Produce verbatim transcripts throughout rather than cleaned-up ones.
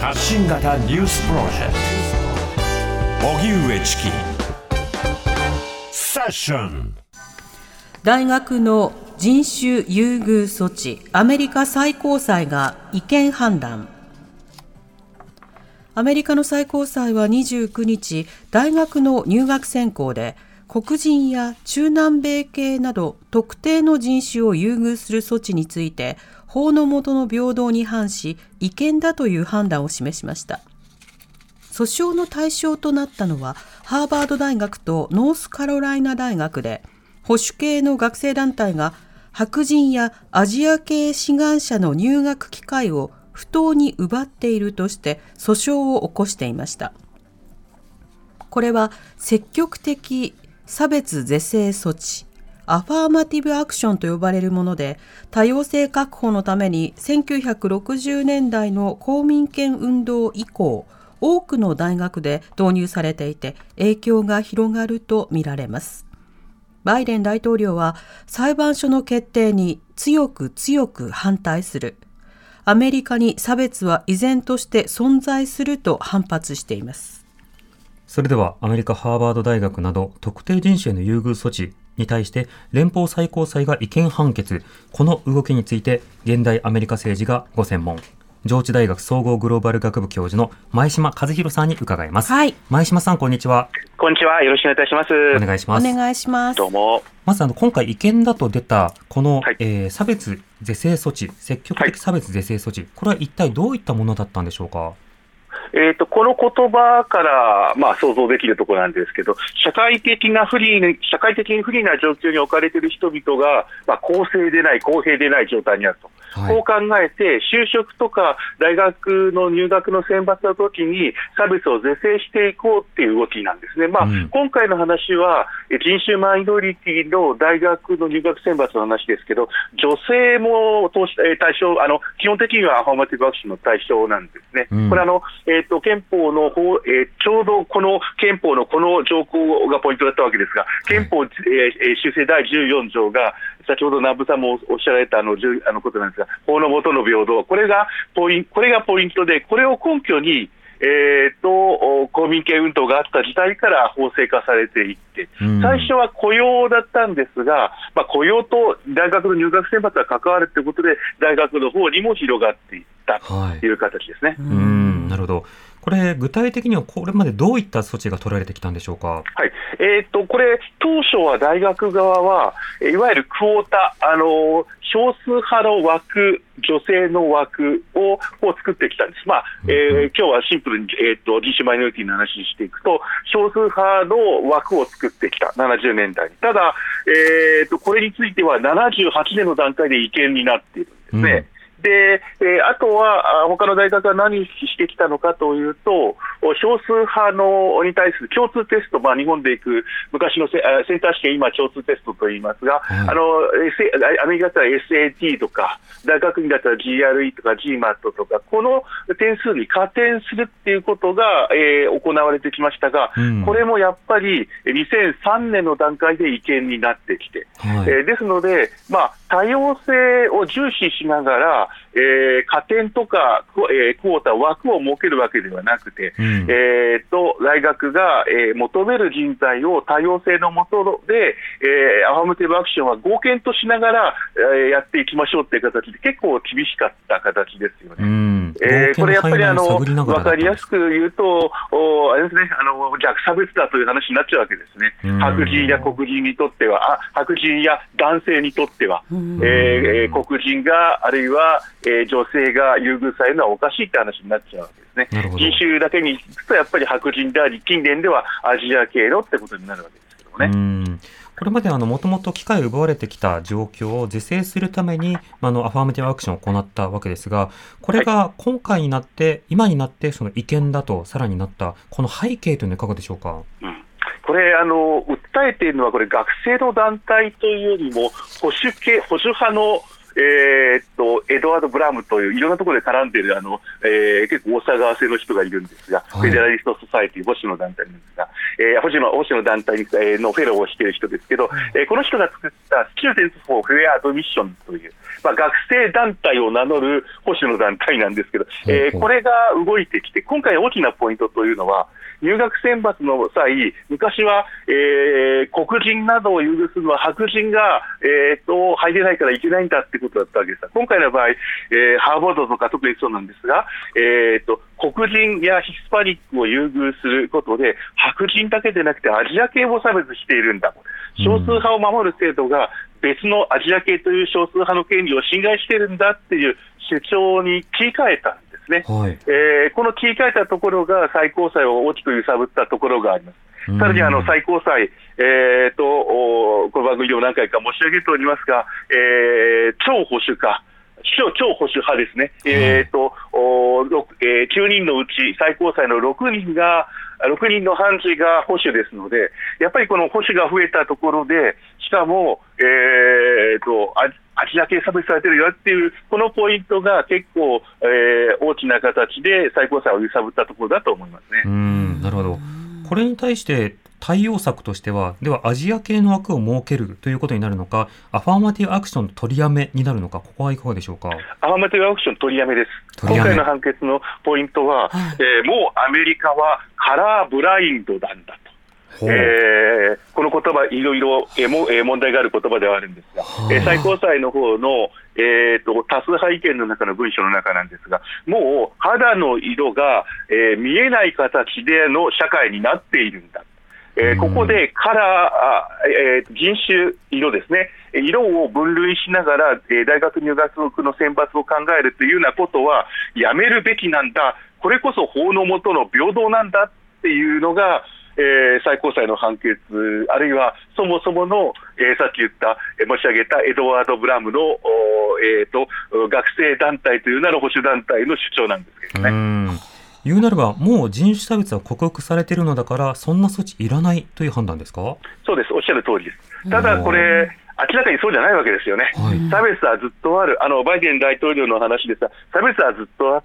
発信型ニュースプロジェクト荻上チキセッション。 大学の人種優遇措置、アメリカ最高裁が違憲判断。アメリカの最高裁はにじゅうくにち、大学の入学選考で黒人や中南米系など特定の人種を優遇する措置について、法の下の平等に反し違憲だという判断を示しました。訴訟の対象となったのはハーバード大学とノースカロライナ大学で、保守系の学生団体が白人やアジア系志願者の入学機会を不当に奪っているとして訴訟を起こしていました。これは積極的差別是正措置、アファーマティブアクションと呼ばれるもので、多様性確保のためにせんきゅうひゃくろくじゅうねんだいの公民権運動以降、多くの大学で導入されていて、影響が広がるとみられます。バイデン大統領は裁判所の決定に強く強く反対する。アメリカに差別は依然として存在すると反発しています。 それではアメリカハーバード大学など特定人種への優遇措置に対して連邦最高裁が違憲判決、この動きについて現代アメリカ政治がご専門、上智大学総合グローバル学部教授の前島和弘さんに伺います。 はい、 前島さん、こんにちは。 こんにちは。よろしくお願いいたします。 お願いします。 お願いします。 どうも。 まずあの今回違憲だと出たこの、 はいえー、差別是正措置、積極的差別是正措置、はい、これは一体どういったものだったんでしょうか。 えーと、この言葉から、まあ、想像できるところなんですけど、社会的な不利に、社会的に不利な状況に置かれている人々が、まあ、公正でない、公平でない状態にあると。はい、こう考えて、就職とか大学の入学の選抜の時に差別を是正していこうっていう動きなんですね。まあ、うん、今回の話は人種マイノリティの大学の入学選抜の話ですけど、女性も対象、あの基本的にはアファーマティブアクションの対象なんですね。うん、これあの、えーと、憲法の法、えー、ちょうどこの憲法のこの条項がポイントだったわけですが、憲法、はい、えー、修正だいじゅうよんじょうが先ほど南部さんもおっしゃられたあのあのことなんですが、法の下の平等、これがポイント、これがポイントで、これを根拠に、えー、と公民権運動があった時代から法制化されていって、最初は雇用だったんですが、まあ、雇用と大学の入学選抜が関わるということで、大学の方にも広がっていったという形ですね。はい、 うーん、なるほど。これ具体的にはこれまでどういった措置が取られてきたんでしょうか。 はい、えー、とこれ当初は大学側はいわゆるクォータ、あの少数派の枠、女性の枠をを作ってきたんです。まあ、えー、今日はシンプルに、えー、と人種マイノリティの話にしていくと、少数派の枠を作ってきたななじゅうねんだいに。ただ、えー、とこれについてはななじゅうはちねんの段階で違憲になっているんですね。うん、で、えー、あとは他の大学は何してきたのかというと、少数派のに対する共通テスト、まあ、日本で行く昔のセンター試験、今共通テストと言いますが、はい、あのアメリカだったら エスエーティー とか、大学院だったら ジーアールイー とか ジーマット とか、この点数に加点するっていうことが、えー、行われてきましたが、うん、これもやっぱりにせんさんねんの段階で違憲になってきて、はい、えー、ですので、まあ、多様性を重視しながら、えー、加点とか、えー、クォーター、枠を設けるわけではなくて、うん、えー、と大学が、えー、求める人材を多様性のもとで、えー、アファーマティブアクションは合憲としながら、えー、やっていきましょうという形で結構厳しかった形ですよね。うん、えー、これやっぱりあの分かりやすく言うと、おあれですね、あの弱差別だという話になっちゃうわけですね。白人や黒人にとっては、あ白人や男性にとっては、えー、黒人があるいは、えー、女性が優遇されるのはおかしいって話になっちゃうわけですね。人種だけに聞くとやっぱり白人であり、近年ではアジア系のってことになるわけですけどもね。 うん、これまでもともと機会を奪われてきた状況を是正するために、あのアファーマティブアクションを行ったわけですが、これが今回になって、はい、今になってその違憲だとさらになったこの背景というのはいかがでしょうか。 うん、これあの訴えているのはこれ学生の団体というよりも保守系保守派のえー、っとエドワード・ブラムといういろんなところで絡んでいるあの、えー、結構大騒がせの人がいるんですが、はい、フェデラリスト・ソサイティ、保守の団体なんですが、えー、保守の、保守の団体に、えー、のフェローをしている人ですけど、えー、この人が作ったスチューデンツ・フォー・フェア・アドミッションという、まあ、学生団体を名乗る保守の団体なんですけど、えー、これが動いてきて、今回大きなポイントというのは、入学選抜の際、昔は、えー、黒人などを優遇するのは白人が、えー、と入れないからいけないんだってことだったわけです。今回の場合、えー、ハーバードとか特にそうなんですが、えー、と黒人やヒスパニックを優遇することで白人だけでなくてアジア系も差別しているんだ、少数派を守る制度が別のアジア系という少数派の権利を侵害しているんだっていう主張に切り替えたんですね。はい、えー、この切り替えたところが最高裁を大きく揺さぶったところがあります。さらにあの最高裁、えー、とこの番組でも何回か申し上げておりますが、えー、超保守化、超, 超保守派ですね、えーとえー、きゅうにんのうち最高裁のろくにんがろくにんの判事が保守ですので、やっぱりこの保守が増えたところで、しかも、えー、とアジア系差別されてるよっていうこのポイントが結構、えー、大きな形で最高裁を揺さぶったところだと思いますね。 うーん、なるほど。これに対して対応策としては、ではアジア系の枠を設けるということになるのか、アファーマティブアクションの取りやめになるのか、ここはいかがでしょうか。 アファーマティブアクション取りやめです。今回の判決のポイントは、はい、えー、もうアメリカはカラーブラインドなんだと、えー、この言葉いろいろ、えーもえー、問題がある言葉ではあるんですが、えー、最高裁の方の、えー、と多数派意見の中の文書の中なんですが、もう肌の色が、えー、見えない形での社会になっているんだ。えー、ここでカラー、えー、人種、色ですね、色を分類しながら、えー、大学入学の選抜を考えるというようなことはやめるべきなんだ、これこそ法の下の平等なんだっていうのが、えー、最高裁の判決、あるいはそもそもの、えー、さっき言った、えー、申し上げたエドワード・ブラムの、えー、と学生団体という名の保守団体の主張なんですけどね。 うーん、言うなればもう人種差別は克服されているのだからそんな措置いらないという判断ですか。 そうです、おっしゃる通りです。ただこれ明らかにそうじゃないわけですよね。はい、差別はずっとある。あのバイデン大統領の話ですが、差別はずっとあって、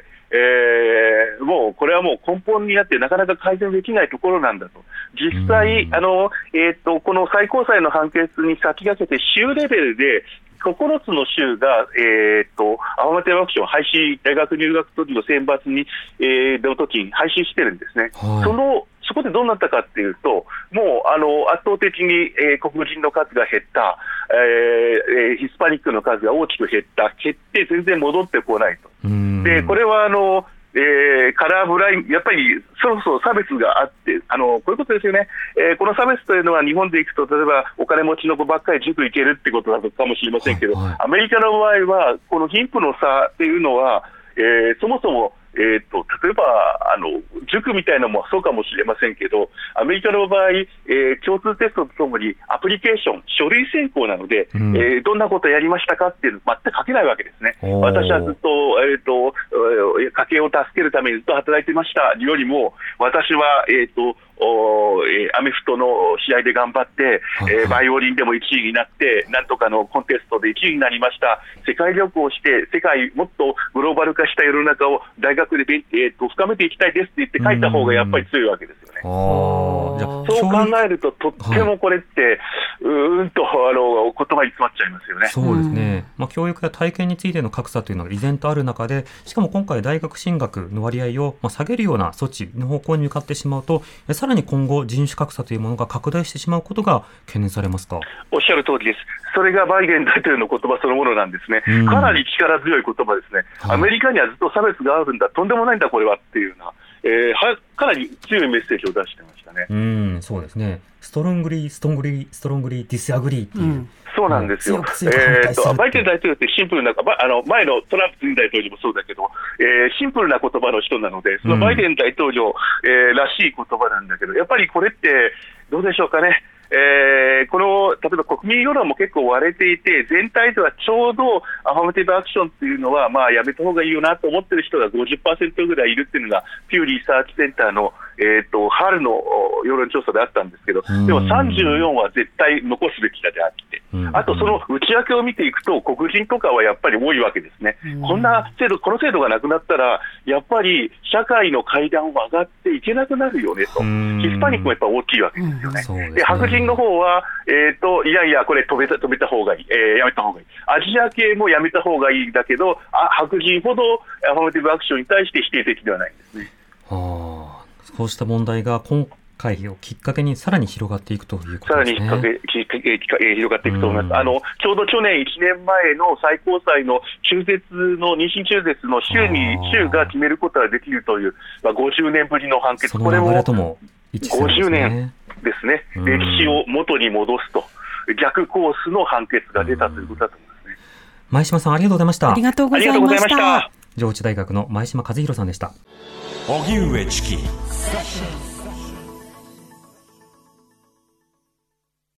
えー、もうこれはもう根本にあってなかなか改善できないところなんだと。実際あの、えー、とこの最高裁の判決に先駆けて州レベルでここのつの州が、えー、とアファーマティブアクションを廃止、大学入学時の選抜に、えー、の時に廃止してるんですね。はい、そのそこでどうなったかっていうと、もうあの圧倒的に、えー、黒人の数が減った、えー、ヒスパニックの数が大きく減った、減って全然戻ってこないと。でこれはあの、えー、カラーブライン、やっぱりそろそろ差別があって、あのこういうことですよね、えー、この差別というのは日本でいくと、例えばお金持ちの子ばっかり塾行けるってことだかもしれませんけど、はいはい、アメリカの場合はこの貧富の差っていうのは、えー、そもそもえー、と例えばあの塾みたいなのもそうかもしれませんけど、アメリカの場合、えー、共通テストとともにアプリケーション、書類選考なので、うん、えー、どんなことやりましたかっていうの全く書けないわけですね。私はずっと、えー、と家計を助けるためにずっと働いてましたよりも、私は、えーとおえー、アメフトの試合で頑張って、えー、バイオリンでもいちいになって、なんとかのコンテストでいちいになりました。世界旅行して、世界もっとグローバル化した世の中を大学で、えー、と深めていきたいですって言って書いた方がやっぱり強いわけですよね。あ、じゃあそう考えると、とってもこれって、はい、うーんとあの言葉に詰まっちゃいますよね。 そうですね、まあ、教育や体験についての格差というのが依然とある中で、しかも今回大学進学の割合をまあ下げるような措置の方向に向かってしまうと、さらに今後人種格差というものが拡大してしまうことが懸念されますか。 おっしゃる通りです。それがバイデン大統領の言葉そのものなんですね。かなり力強い言葉ですね。はい、アメリカにはずっと差別があるんだ、とんでもないんだこれはっていうような、えー、はかなり強いメッセージを出してましたね。 うん、そうですね。ストロングリーストロングリーストロングリーディスアグリーっていう、うん、 そうなんですよ。えー、とバイデン大統領ってシンプルな、あの前のトランプ前大統領もそうだけど、えー、シンプルな言葉の人なので、そのバイデン大統領、うん、えー、らしい言葉なんだけど、やっぱりこれってどうでしょうかね。 えー、この例えば国民世論も結構割れていて、全体ではちょうどアファーマティブアクションっていうのは、まあ、やめた方がいいよなと思ってる人が ごじゅっパーセント ぐらいいるっていうのが、ピューリサーチセンターの、えー、と春の世論調査であったんですけど、でもさんじゅうよんは絶対残すべきだであって、あとその内訳を見ていくと、黒人とかはやっぱり多いわけですね。こんな制度、この制度がなくなったら、やっぱり社会の階段を上がっていけなくなるよねと、ヒスパニックもやっぱ大きいわけですよね。うん、で白人の方は、えーと、いやいや、これ止めた、止めた方がいい、えー、やめた方がいい、アジア系もやめた方がいいんだけど、あ白人ほどアファーマティブアクションに対して否定的ではないんですね。 はあ、そうした問題が今回をきっかけにさらに広がっていくということですね。 さらにきっかけ、きっかけ広がっていくと思います。あのちょうど去年いちねんまえの最高裁の中絶の妊娠中絶の州に州が決めることができるという、まあ、ごじゅうねんぶりの判決、 その流れとも一致するんですね。 ごじゅうねんですね。歴史を元に戻すと、逆コースの判決が出たということだと思いますね。 前島さん、ありがとうございました。 ありがとうございました。 上智大学の前島和弘さんでした。 荻上チキ